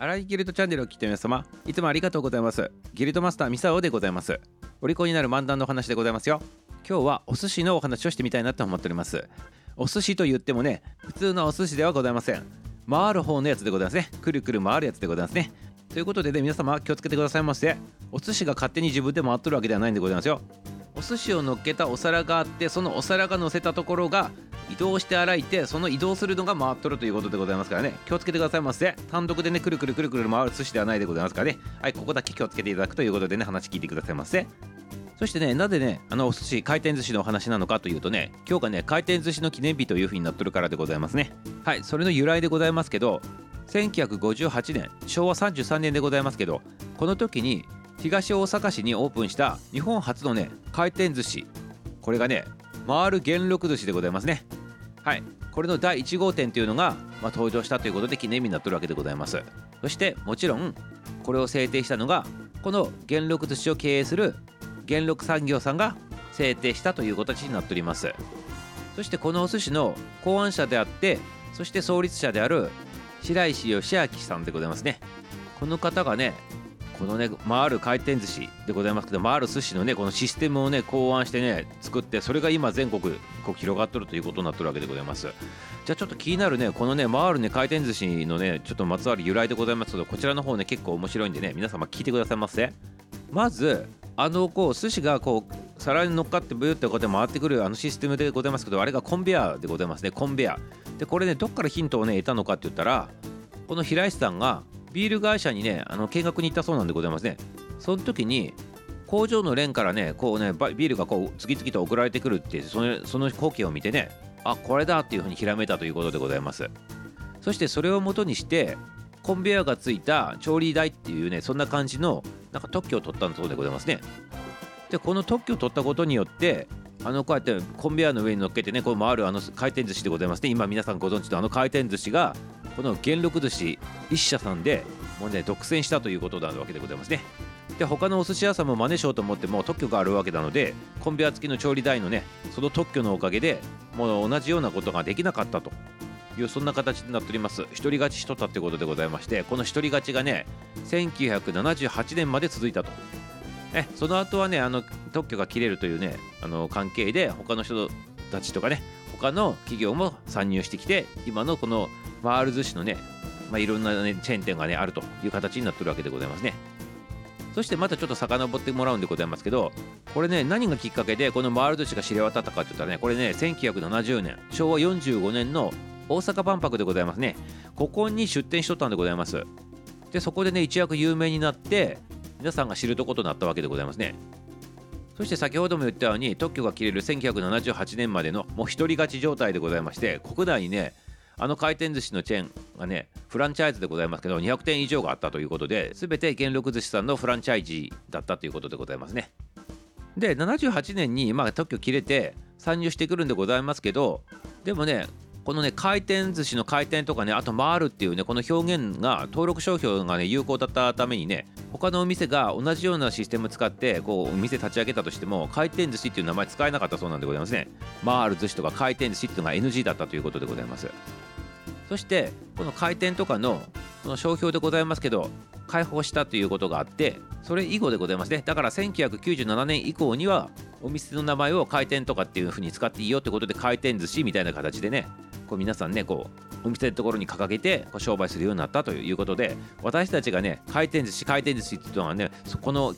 荒井ギルドチャンネルを聞いて皆様、いつもありがとうございます。ギルドマスターミサオでございます。お利口になる漫談のお話でございますよ。今日はお寿司のお話をしてみたいなと思っております。お寿司と言ってもね、普通のお寿司ではございません。回る方のやつでございますね。くるくる回るやつでございますね。ということでね、皆様気をつけてくださいませ。お寿司が勝手に自分で回っとるわけではないんでございますよ。お寿司を乗っけたお皿があって、そのお皿が乗せたところが移動して洗いて、その移動するのが回っとるということでございますからね、気をつけてくださいませ。単独でね、くるくるくるくる回る寿司ではないでございますからね。はい、ここだけ気をつけていただくということでね、話聞いてくださいませ。そしてね、なぜね、お寿司回転寿司のお話なのかというとね、今日がね、回転寿司の記念日という風になっとるからでございますね。はい、それの由来でございますけど、1958年、昭和33年でございますけど、この時に東大阪市にオープンした日本初のね、回転寿司、これがね、回る元禄寿司でございますね。はい、これの第1号店というのが、登場したということで記念日になってるわけでございます。そしてもちろんこれを制定したのが、この元禄寿司を経営する元禄産業さんが制定したという形になっております。そしてこのお寿司の考案者であって、そして創立者である白石義明さんでございますね。この方がね、このね、回る回転寿司でございますけど、回る寿司のね、このシステムをね、考案してね、作って、それが今全国こう広がっとるということになってるわけでございます。じゃあちょっと気になるね、このね、回るね、回転寿司のね、ちょっとまつわる由来でございますけど、こちらの方ね、結構面白いんでね、皆様聞いてくださいませ。まずこう寿司がこう皿に乗っかってブーってこうやって回ってくるシステムでございますけど、あれがコンベヤーでございますね。コンベヤーで、これね、どっからヒントをね得たのかって言ったら、この平石さんがビール会社にね、見学に行ったそうなんでございますね。その時に工場の連からね、こうね、ビールがこう次々と送られてくるって、その光景を見てね、あ、これだっていうふうにひらめいたということでございます。そしてそれを元にしてコンベヤーがついた調理台っていうね、そんな感じのなんか特許を取ったんそうでございますね。で、この特許を取ったことによって、こうやってコンベヤーの上に乗っけてね、こう回る回転寿司でございますね。今皆さんご存知の回転寿司が、この元禄寿司一社さんでもうね、独占したということなわけでございますね。で、他のお寿司屋さんも真似しようと思っても特許があるわけなので、コンベヤー付きの調理台のね、その特許のおかげでもう同じようなことができなかったという、そんな形になっております。一人勝ちしとったってことでございまして、この一人勝ちがね、1978年まで続いたと。その後はね、特許が切れるというね、関係で他の人たちとかね、他の企業も参入してきて、今のこの回る寿司のね、いろんな、ね、チェーン店がねあるという形になってるわけでございますね。そしてまたちょっと遡ってもらうんでございますけど、これね、何がきっかけでこの回る寿司が知れ渡ったかって言ったらね、これね、1970年、昭和45年の大阪万博でございますね。ここに出店しとったんでございます。で、そこでね、一躍有名になって皆さんが知るとことなったわけでございますね。そして先ほども言ったように、特許が切れる1978年までのもう一人勝ち状態でございまして、国内にね、回転寿司のチェーンがね、フランチャイズでございますけど、200店以上があったということで、全て元禄寿司さんのフランチャイジーだったということでございますね。で、78年に特許切れて参入してくるんでございますけど、でもね、このね、回転寿司の回転とかね、あと回るっていうね、この表現が登録商標がね有効だったためにね、他のお店が同じようなシステムを使ってこうお店立ち上げたとしても、回転寿司っていう名前使えなかったそうなんでございますね。回る寿司とか回転寿司っていうのが NG だったということでございます。そしてこの回転とかのその商標でございますけど、開放したということがあって、それ以後でございますね。だから1997年以降にはお店の名前を回転とかっていう風に使っていいよってことで、回転寿司みたいな形でね、こう皆さんね、こうお店のところに掲げてこう商売するようになったということで、私たちがね、回転寿司っていうのはね、この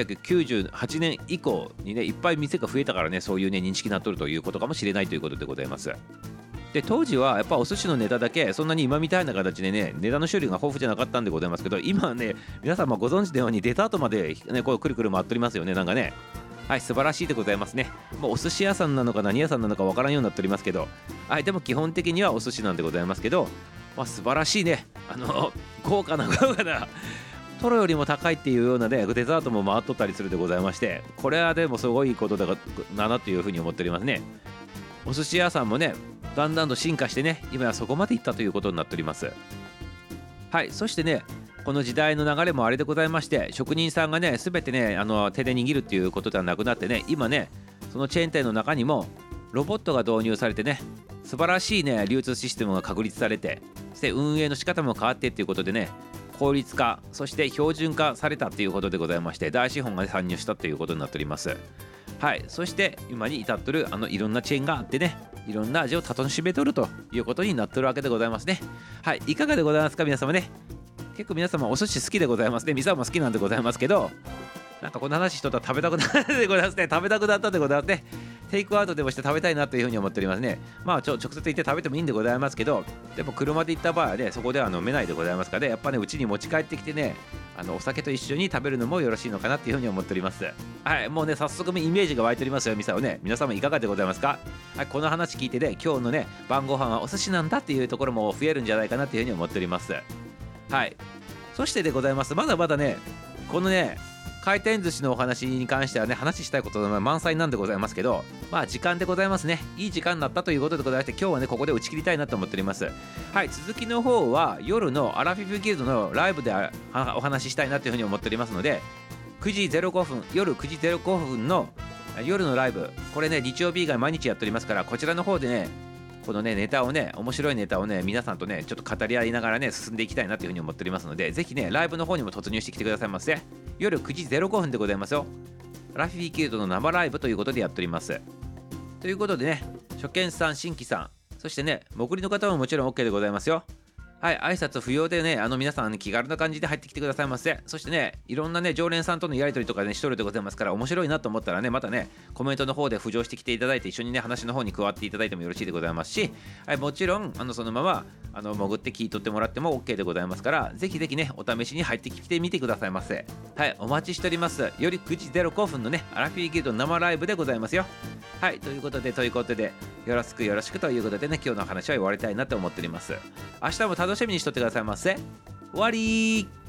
1998年以降にね、いっぱい店が増えたからね、そういうね認識になっとるということかもしれないということでございます。で、当時はやっぱお寿司のネタだけそんなに今みたいな形でね、ネタの種類が豊富じゃなかったんでございますけど、今はね、皆様ご存知のように出た後までね、こうくるくる回っておりますよね、なんかね。はい、素晴らしいでございますね。もうお寿司屋さんなのか何屋さんなのかわからんようになっておりますけど、はい、でも基本的にはお寿司なんでございますけど、素晴らしいね、豪華なトロよりも高いっていうようなね、デザートも回っとったりするでございまして、これはでもすごいことだなというふうに思っておりますね。お寿司屋さんもね、だんだんと進化してね、今はそこまでいったということになっております。はい、そしてね、この時代の流れもあれでございまして、職人さんがね、全てね、手で握るっていうことではなくなってね、今ね、そのチェーン店の中にもロボットが導入されてね、素晴らしいね流通システムが確立されて、そして運営の仕方も変わってっていうことでね、 効率化、そして標準化されたということでございまして、大資本が参入したということになっております。はい、そして今に至っとるいろんなチェーンがあってね、いろんな味を楽しめとるということになってるわけでございますね。はい、いかがでございますか皆様ね。結構皆様お寿司好きでございますね。ミサオも好きなんでございますけど、なんかこの話しとったら食べたくなったでございますね。食べたくなったでございますね。テイクアウトでもして食べたいなというふうに思っておりますね。まあ直接行って食べてもいいんでございますけど、でも車で行った場合はね、そこでは飲めないでございますからね、やっぱね、うちに持ち帰ってきてね、お酒と一緒に食べるのもよろしいのかなっていうふうに思っております。はい、もうね、早速イメージが湧いておりますよ、ミサをね。皆様いかがでございますか？はい、この話聞いてね、今日のね、晩ご飯はお寿司なんだっていうところも増えるんじゃないかなっていうふうに思っております。はい。そしてでございます。まだまだね、このね、回転寿司のお話に関してはね、話したいことが満載なんでございますけど、まあ時間でございますね。いい時間になったということでございまして、今日はね、ここで打ち切りたいなと思っております。はい、続きの方は夜のアラフィフギルドのライブでお話ししたいなというふうに思っておりますので、9時05分、夜9時05分の夜のライブ、これね、日曜日以外毎日やっておりますから、こちらの方でね、このね、ネタをね、面白いネタをね、皆さんとね、ちょっと語り合いながらね、進んでいきたいなというふうに思っておりますので、ぜひね、ライブの方にも突入してきてくださいませ。夜9時05分でございますよ。ラフィーキルドの生ライブということでやっております。ということでね、初見さん、新規さん、そしてね、潜りの方ももちろん OK でございますよ。はい、挨拶不要でね、皆さん、気軽な感じで入ってきてくださいませ。そしてね、いろんなね、常連さんとのやり取りとかね、しとるでございますから、面白いなと思ったらね、またね、コメントの方で浮上してきていただいて、一緒にね、話の方に加わっていただいてもよろしいでございますし、はい、もちろん、そのまま、潜って聞い取ってもらっても OK でございますから、ぜひぜひね、お試しに入ってきてみてくださいませ。はい、お待ちしております。より9時05分のね、アラフィーギルド生ライブでございますよ。はい、ということで、よろしくよろしくということでね、今日の話は終わりたいなと思っております。明日も楽しみにしとってくださいませ。終わりー。